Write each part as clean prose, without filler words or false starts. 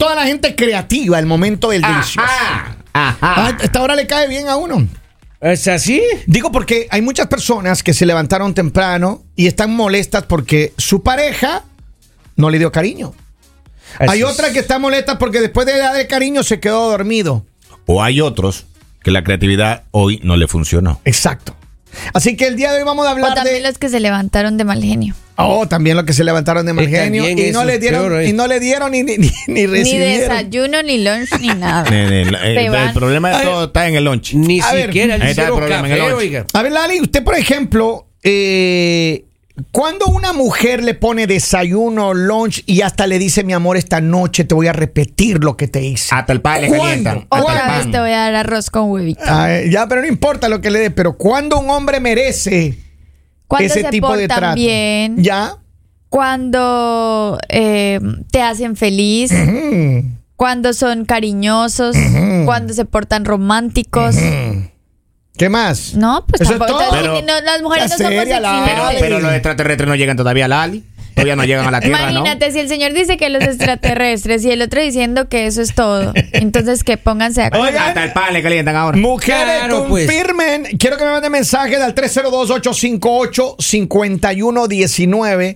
toda la gente creativa el momento del delicioso. Esta hora le cae bien a uno. ¿Es así? Digo porque hay muchas personas que se levantaron temprano y están molestas porque su pareja no le dio cariño. Hay otras que están molestas porque después de darle cariño se quedó dormido. O hay otros que la creatividad hoy no le funcionó. Exacto. Así que el día de hoy vamos a hablar o también los que se levantaron de mal genio. También los que se levantaron de mal genio y no le dieron ni recibieron. Ni desayuno, ni lunch, ni nada. El problema de todo está en el lunch. Ni siquiera ahí está el problema en el lunch. Oiga. A ver, Lali, usted, por ejemplo, cuando una mujer le pone desayuno, lunch y hasta le dice, mi amor, esta noche te voy a repetir lo que te hice. Hasta el pan le calientan. Otra vez te voy a dar arroz con huevito. Ya, pero no importa lo que le dé, pero cuando un hombre merece Cuando ese se tipo de portan trato. bien. Ya. Cuando te hacen feliz. Cuando son cariñosos. Cuando se portan románticos. ¿Qué más? No, pues Eso es tampoco. todo. Pero- No, las mujeres no somos seria, Lali. exigentes. Pero los extraterrestres no llegan todavía a Lali. Todavía no llegan a la Tierra, Imagínate, si el señor dice que los extraterrestres y el otro diciendo que eso es todo. Entonces que pónganse de acuerdo. ¿no? Hasta el pan le calientan ahora. Mujeres, Claro, pues. confirmen. Quiero que me manden mensajes al 302-858-5119.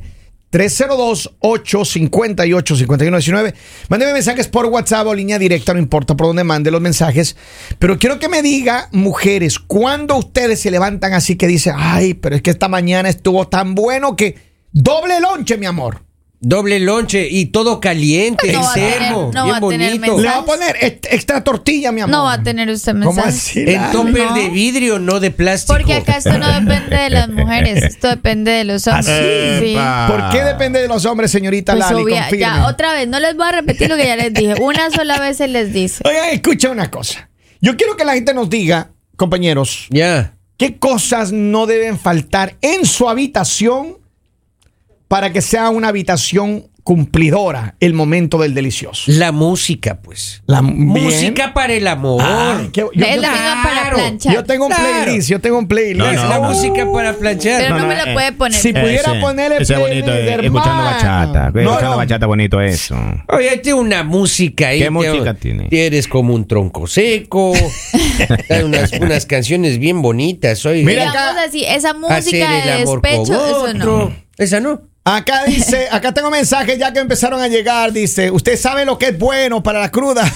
302-858-5119. Mándeme mensajes por WhatsApp o línea directa, no importa por dónde mande los mensajes. Pero quiero que me diga, mujeres, ¿cuándo ustedes se levantan así que dicen, ay, pero es que esta mañana estuvo tan bueno que doble lonche, mi amor? Doble lonche y todo caliente, No en va a tener- termo, no bien va a tener bonito. Le voy a poner extra tortilla, mi amor. No va a tener usted ¿Cómo mensaje. así? En Lali? topper No. de vidrio, no de plástico. Porque acá esto no depende de las mujeres, esto depende de los hombres. ¿Así? Sí. ¿Por qué depende de los hombres, señorita Pues Lali? obvia, Confirme. ya otra vez, no les voy a repetir lo que ya les dije. Una sola vez se les dice. Oigan, escucha una cosa. Yo quiero que la gente nos diga, compañeros, Ya. qué cosas no deben faltar en su habitación para que sea una habitación cumplidora el momento del delicioso. La música, pues. Bien. Música para el amor. Ay, yo Es la misma para planchar. tengo un Claro. playlist, yo tengo un playlist. No, no. La música para planchar. Pero no me no, lo puede poner. Si pudiera ponerle ese bonito, playlist, escuchando hermano. bachata. Escuchando bachata bonito eso. Oye, tiene una música ahí. ¿Qué música tiene? Eres como un tronco seco. Hay unas canciones bien bonitas. Oye, Mira Digamos acá. así, esa hacer música el de amor despecho, con eso no. otro. Esa no. Acá dice, acá tengo mensajes ya que empezaron a llegar. Dice, ¿usted sabe lo que es bueno para la cruda?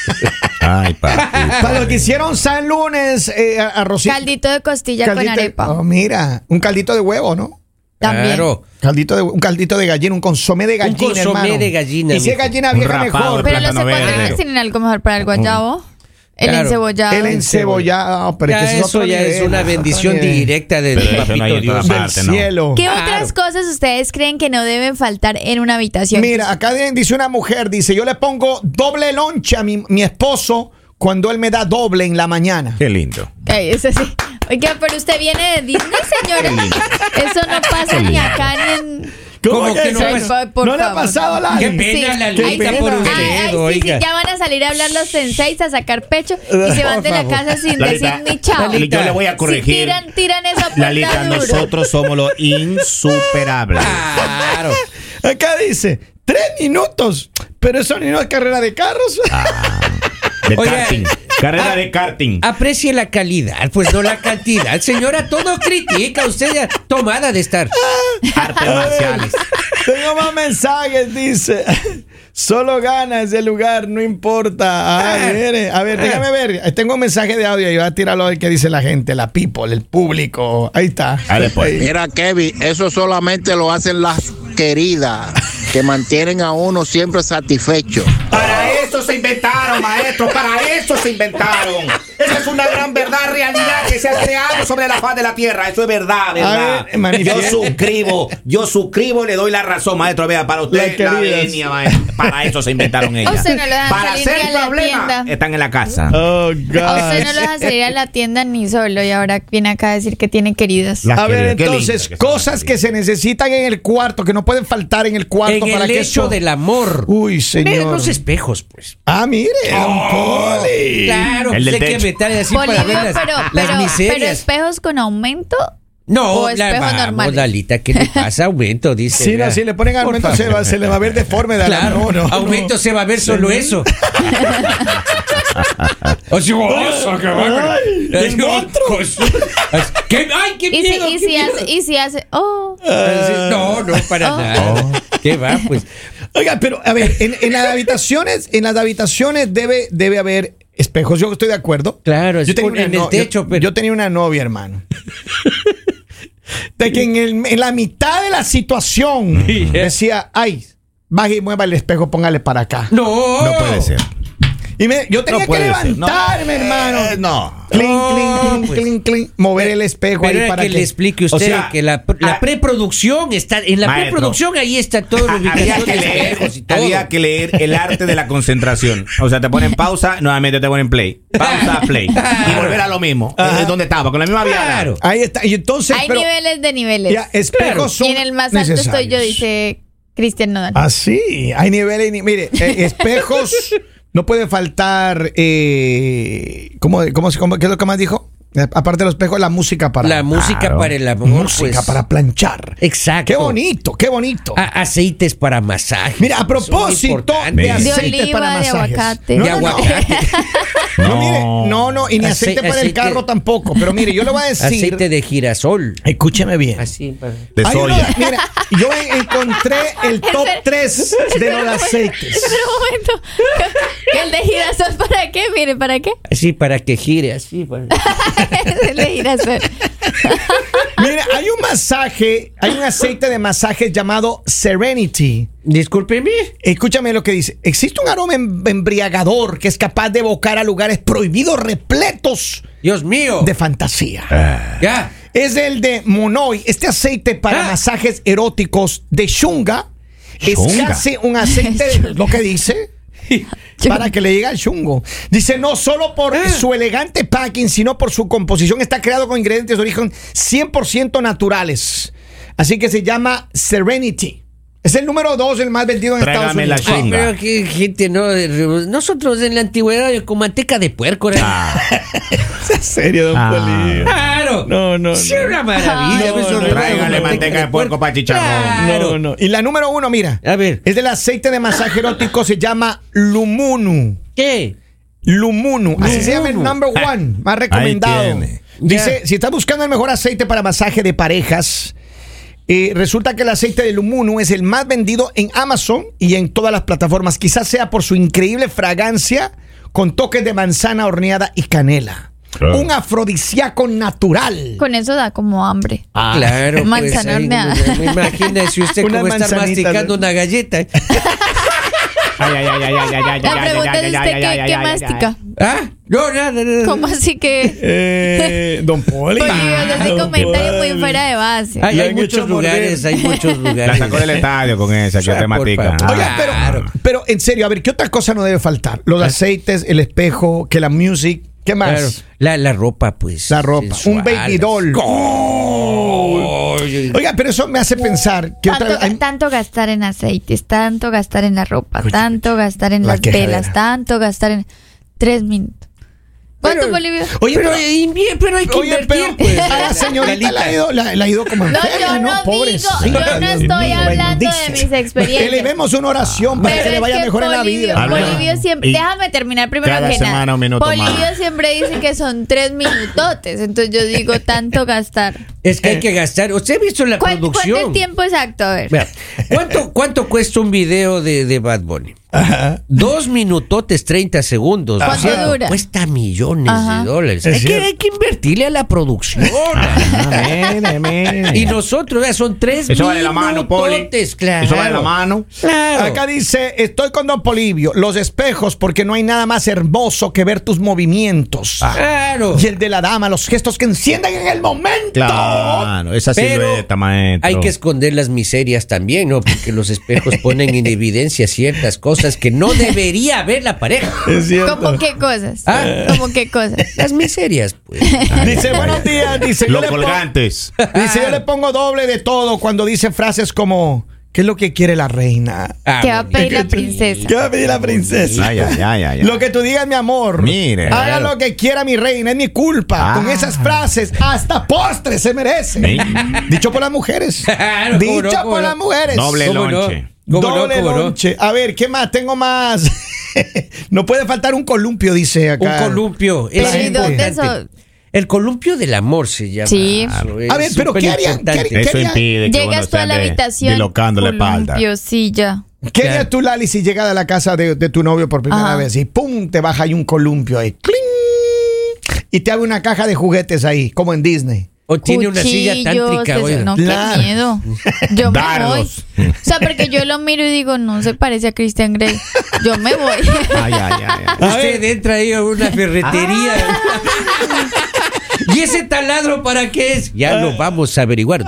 Ay, papi. Para los que hicieron San Lunes, arrocito. Caldito de costilla con Caldito- arepa. Oh, mira, un caldito de huevo, ¿no? También. Claro. Un caldito de gallina, un consomé de gallina, consomé hermano. de gallina, Y si es mijo. gallina Un vieja, rapado mejor. de Pero los plátano verde. ecuatorianos tienen algo mejor para el guayabo. El Claro. encebollado. El encebollado. Pero es que Ya ese es eso otro ya nivel, es una otro bendición nivel. directa del Pero eso no papito hay en todas Dios. partes. Del no. cielo. ¿Qué Claro. otras cosas ustedes creen que no deben faltar en una habitación? Mira, acá dice una mujer, dice, yo le pongo doble lonche a mi esposo cuando él me da doble en la mañana. Qué lindo. Ay, eso sí. Oiga, pero usted viene de Disney, señora. Eso no pasa ni acá ni en... ¿Cómo que no Ay, pasa? por ¿No le ha favor. pasado, Lali? Qué pena, Lalita, Ay, sí. por Ay, usted, ay, sí, oiga. ya van a salir a hablar los senseis a sacar pecho y se van de la Por favor. casa sin Lalita, decir ni chao. Lalita, yo le voy a corregir. Si tiran esa puerta Lalita, duro. nosotros somos los insuperables. Claro. Acá dice, 3 minutos. Pero eso ni no es carrera de carros. De Oiga, karting. Carrera de karting. Aprecie la calidad, pues no la cantidad. Señora, todo critica. Usted ya tomada de estar. Artes marciales. Tengo más mensajes, dice. Solo gana ese lugar, no importa. Mire. A ver, déjame ver. Tengo un mensaje de audio y voy a tirarlo a ver qué dice la gente, la people, el público. Ahí está. Dale, pues. Mira, Kevin, eso solamente lo hacen las queridas, que mantienen a uno siempre satisfecho. Para eso se inventaron, maestros, para eso se inventaron. Esa es una gran verdad, realidad que se ha creado sobre la faz de la tierra. Eso es verdad, verdad. A ver, manifieste. Yo suscribo, le doy la razón, maestro. Vea, para usted, Las la queridas. venia, maestro. Para eso se inventaron ellas. A usted no le dejan Para salir hacer ni a la problemas, tienda. están en la casa. Oh, A usted no lo deja salir a la tienda ni solo y ahora viene acá a decir que tiene queridas. Las A ver, queridas, qué entonces, lindo que son cosas las que se necesitan en el cuarto, que no pueden faltar en el cuarto En para el que hecho eso... del amor. Uy, Vean señor. los espejos, pues. Ah, mire, don Poli. Claro, El pues del hay que techo. meter así Polibio, para ver las pero miserias. espejos con aumento No, ¿O espejo normal? Dalita, ¿qué le pasa? Aumento, dice. Sí, no, si le ponen aumento se le va a ver deforme. Claro, no, aumento se va a ver solo eso. Así, que va. el monstruo. ¡Ay, qué miedo! Y si hace, oh. No, para nada. ¿Qué va? Pues. Oiga, pero a ver, en las habitaciones debe haber espejos. Yo estoy de acuerdo. Claro, en el techo. Pero... Yo tenía una novia, hermano. De que en la mitad de la situación decía, ay, baje y mueva el espejo, póngale para acá. No puede ser. Y yo tenía que levantarme, hermano. No. Clink, mover el espejo pero ahí para que le explique usted, o sea, que la preproducción está en la maestro, preproducción, ahí está todo lo había que leer el arte de la concentración. O sea, te ponen pausa, nuevamente te ponen play. Pausa, play. Y volver a lo mismo. Es donde estaba, con la misma viada. Claro. Ahí está. Y entonces, hay niveles de niveles. Ya, espejos son y en el más alto estoy yo, dice Cristian Nodal. Ah, sí, hay niveles. Mire, espejos. No puede faltar, ¿qué es lo que más dijo? Aparte de los espejos, la música para... La música para el amor. Música para planchar. Exacto. Qué bonito, qué bonito. Aceites para masaje. Mira, a propósito de aceites para masajes. De aguacate. De aguacate. No, y ni aceite para el carro tampoco. Pero mire, yo le voy a decir... Aceite de girasol. Escúcheme bien. Así, de soya. Mira, yo encontré el top 3 de los aceites. Pero un momento. ¿El de girasol para qué? Mire, ¿para qué? Así, para que gire, así. El de girasol. Mira, hay un aceite de masaje llamado Serenity. Discúlpeme. Escúchame lo que dice. Existe un aroma embriagador que es capaz de evocar a lugares prohibidos repletos, Dios mío, de fantasía. Ya. Es el de Monoi. Este aceite para masajes eróticos de Shunga es casi un aceite de lo que dice para que le llegue al chungo. Dice, no solo por su elegante packing, sino por su composición. Está creado con ingredientes de origen 100% naturales. Así que se llama Serenity. Es el número 2, el más vendido en Estados Unidos. La chunga. Pero que gente, no. Nosotros en la antigüedad con manteca de puerco. ¿En serio, don Polillo? Claro. No. Sí, una maravilla. Tráigale manteca de puerco para chicharrón. Claro. No. Y la número 1, mira. A ver. Es del aceite de masaje erótico, se llama Lumunu. ¿Qué? Lumunu. Así se llama el number 1, más recomendado. Dice, si estás buscando el mejor aceite para masaje de parejas, resulta que el aceite de Lumunu es el más vendido en Amazon y en todas las plataformas. Quizás sea por su increíble fragancia con toques de manzana horneada y canela. Un afrodisíaco natural. Con eso da como hambre. Claro. Manzana horneada. Imagínese usted cómo estar masticando una galleta. La pregunta es usted ¿qué mastica? No, nada. ¿Cómo así que? Don Poli. Ese comentario muy fuera de base. Hay muchos lugares. La sacó del estadio con esa que temática. Oiga, pero en serio, a ver, ¿qué otra cosa no debe faltar? Los aceites, el espejo, que la music. ¿Qué más? Claro. La ropa, pues. La ropa. Sensual. Un baby doll. Oiga, pero eso me hace pensar que tanto gastar en aceites, tanto gastar en la ropa, tanto gastar en las velas, tanto gastar en 3 minutos. ¿Cuánto, Bolivia? Oye, pero hay que invertir, pues. A la señorita la ha ido como enferma, ¿no? Pobrecita. Yo no estoy hablando de mis experiencias. Que le demos una oración para que le vaya mejor en la vida. Bolivia siempre... Déjame terminar primero que nada. Bolivia siempre dice que son 3 minutotes. Entonces yo digo, tanto gastar. Es que hay que gastar. ¿Usted ha visto la producción? ¿Cuánto es el tiempo exacto? A ver. Vea, ¿cuánto cuesta un video de Bad Bunny? 2 minutotes 30 segundos. ¿Cuánto dura? Cuesta millones de dólares. Hay que invertirle a la producción. Y nosotros, son 3 minutotes. Eso vale la mano, Poli. Claro. Eso vale la mano. Claro. Acá dice, estoy con Don Polibio. Los espejos, porque no hay nada más hermoso que ver tus movimientos. Claro. Y el de la dama, los gestos que encienden en el momento. Claro, esa silueta, maestro. Hay que esconder las miserias también, ¿no? Porque los espejos ponen en evidencia ciertas cosas que no debería ver la pareja. Es cierto. ¿Cómo qué cosas? ¿Cómo qué cosas? Las miserias, pues. Dice, buenos días. Dice, los colgantes. Dice, yo le pongo doble de todo cuando dice frases como, ¿Qué es lo que quiere la reina? ¿Qué va a pedir la princesa? ¿Qué va a pedir la princesa? Ay. Lo que tú digas, mi amor. Mire. Haga lo que quiera mi reina, es mi culpa. Con esas frases, hasta postre se merece. Sí. Dicho por las mujeres. Claro, Dicho cómo no, por las mujeres. Doble ¿Cómo no? lonche. Doble ¿Cómo no? lonche. A ver, ¿qué más? Tengo más. No puede faltar un columpio, dice acá. Un columpio. Pero Es ¿y dónde importante. eso? El columpio del amor se llama. Sí. A ver, pero ¿qué harían? superimportante. Eso impide que uno Llegas se tú a la ande habitación. dislocando la espalda. columpio, sí, ya. ¿Qué harías tú, Lali, si llegas a la casa de tu novio por primera Ajá. vez y pum, te baja ahí un columpio ahí? ¡Cling! Y te abre una caja de juguetes ahí, como en Disney. O tiene una silla Cuchillos, tántrica, que oiga. no, Claro. qué miedo. Yo me voy. Dardos. O sea, porque yo lo miro y digo, no se parece a Christian Grey. Yo me voy. Ay. Usted entra ahí a una ferretería. ¿Y ese taladro para qué es? Ya lo vamos a averiguar.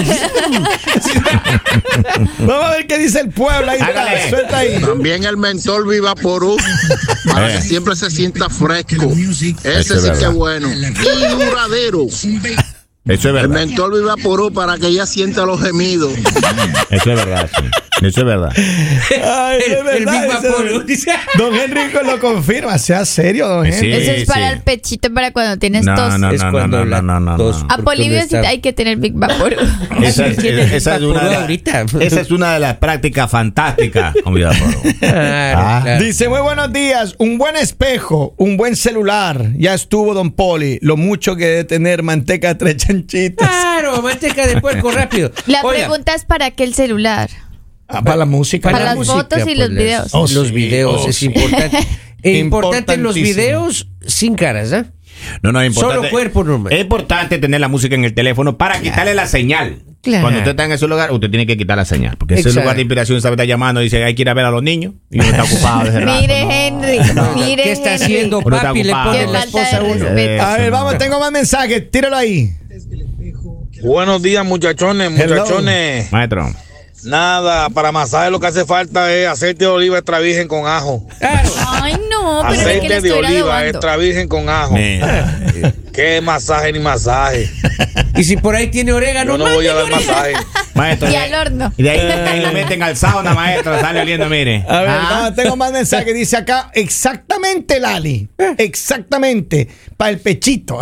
Vamos a ver qué dice el pueblo. Ahí está, Hágale. suelta ahí. También el mentol Vivaporú para que siempre se sienta fresco. Ese Eso es sí que verdad. es bueno. Y duradero. Eso es El verdad. mentol Vivaporú para que ella sienta los gemidos. Eso es verdad, sí. Eso es verdad. Ay, es El Big verdad, Vapor. Don Enrico lo confirma. Sea serio, don Sí. Henry. Eso es para sí. el pechito, para cuando tienes No, tos. no, Es cuando la tos. A porque Polibio uno sí está- hay que tener Big Vapor. Esa es una de ahorita. esa es una de las prácticas fantásticas. con Vidaporo. Claro, claro. Dice, muy buenos días. Un buen espejo, un buen celular. Ya estuvo, don Poli. Lo mucho que debe tener manteca tres chanchitas. Claro, manteca de puerco rápido. La Oiga, pregunta es ¿para qué el celular? Para la música. Para la las música, fotos y los videos. Oh, los sí, videos oh, es sí. importante. E importante en los Importantísimo. videos sin caras, ¿ah? No, es importante. Solo cuerpo normal. Es importante tener la música en el teléfono para quitarle la señal. Claro. Cuando usted está en ese lugar, usted tiene que quitar la señal. Porque ese Exacto. lugar de inspiración sabe está llamando y dice, hay que ir a ver a los niños. Y uno está ocupado desde rato. Mire, No. Henry, mire, ¿Qué está Henry. haciendo Uno está papi? Le ocupado. pone Qué la falta esposa a de uno. respeto. A ver, vamos, tengo más mensajes. Tíralo ahí. Buenos días, muchachones, Hello. muchachones. Maestro. Nada, para masaje lo que hace falta es aceite de oliva extra virgen con ajo. Claro. Ay, no, pero es que le Aceite de estuviera oliva adobando. extra virgen con ajo. Mira. Qué masaje ni masaje. Y si por ahí tiene orégano, Yo no voy a dar mándele orégano. masaje. Maestro. Y al horno. Y de ahí lo meten al sauna, maestro. Sale oliendo, mire. A ver, Ah. vamos, tengo más mensajes. Dice acá, exactamente, Lali. Exactamente. Para el pechito.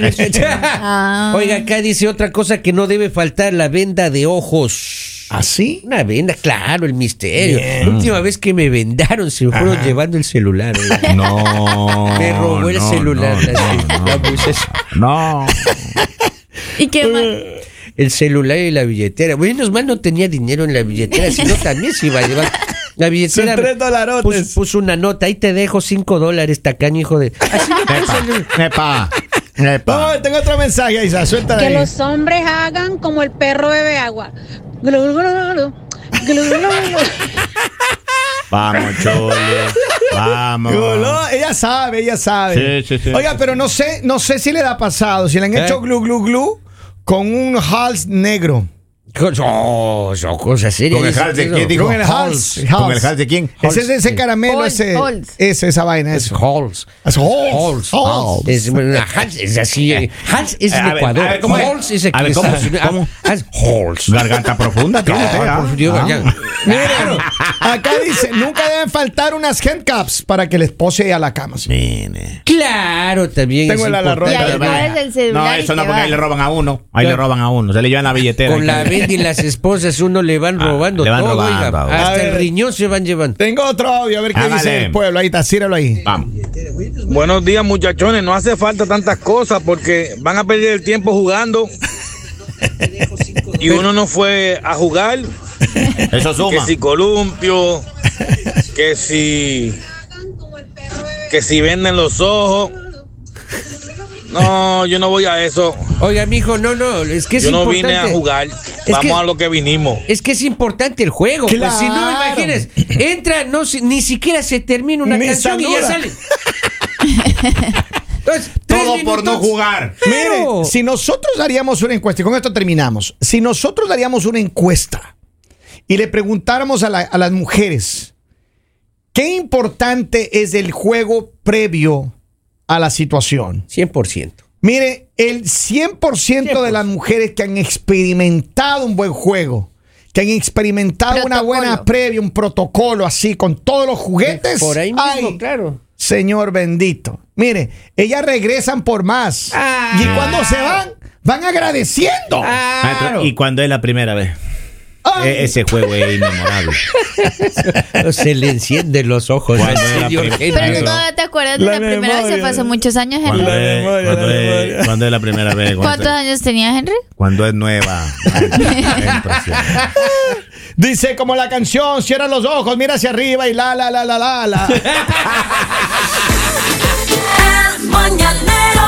Ah. Oiga, acá dice otra cosa que no debe faltar, la venda de ojos. ¿Así? Una venda, claro, el misterio. Bien. La última vez que me vendaron se me fueron llevando el celular. oiga. No. Me robó el celular. La muchacha. No. ¿Y qué más? El celular y la billetera. Menos mal no tenía dinero en la billetera, sino también se iba a llevar. La billetera Son $3. puso una nota, ahí te dejo $5, tacaño, hijo de. Así me puso el- Epa. Vamos a ver, tengo otro mensaje, Isa. Suéltala Que ahí. los hombres hagan como el perro bebe agua. Glu, glu, glu, glu, glu, glu. Vamos, chole. Vamos. No, ella sabe, ella sabe. Sí. Oiga, pero no sé si le ha pasado, si le han hecho glu glu glu con un hals negro. Son cosas serias. ¿Con el hals de quién, digo? Con el hals. ¿Con el hals de quién? Ese caramelo, Halls, Halls. esa vaina, Es eso. Halls. Es Halls. Halls. Hals es así. Hals es en A ver, Ecuador. a ver, ¿cómo es? Halls es aquí. A ver, ¿cómo? ¿Cómo? Halls. Garganta profunda. tiene usted, ¿ah? Por Dios, ya. Miren, acá dice, nunca deben faltar unas handcuffs para que les pose a la cama. ¿sí? Mire. Claro, también Tengo es el alarrón. Y importante. ahí mueves el celular. No, y eso no, te porque va. ahí le roban a uno. Ahí le roban a uno. Se le llevan la billetera. Con la venda y las esposas uno le van robando le van todo, robando, oiga. oiga. A Hasta ver. el riñón se van llevando. Tengo otro audio, a ver qué Hágale. dice el pueblo. Ahí está, síralo ahí. Vamos. Buenos días, muchachones. No hace falta tantas cosas porque van a perder el tiempo jugando. Y uno no fue a jugar. Eso Que suma. si columpio, que si venden los ojos. No, yo no voy a eso. Oiga, mijo, no, es que es Yo no importante. vine a jugar. que- Vamos a lo que vinimos. Es que es importante el juego. Pues si no, Claro. imagínese, entra, ni siquiera se termina una Ni canción y ya saluda. sale. Entonces, Todo 3 por no minutos. jugar. Claro. Mire, si nosotros haríamos una encuesta, y con esto terminamos, si nosotros haríamos una encuesta y le preguntáramos a las mujeres, ¿qué importante es el juego previo a la situación? 100%. Mire, el 100% de las mujeres que han experimentado un buen juego, que han experimentado una buena previa, un protocolo así, con todos los juguetes. Por ahí mismo, ay, claro. Señor bendito. Mire, ellas regresan por más. Y cuando se van agradeciendo. Maestro, ¿y cuándo es la primera vez? Ese juego es inmemorable. Se le encienden los ojos al señor Henry. Pero tú todavía te acuerdas de la primera vez, se pasó muchos años, Henry. ¿Cuándo es la primera vez? ¿Cuántos años tenía Henry? Cuando es nueva. Dice como la canción, cierra los ojos, mira hacia arriba y la. El mañanero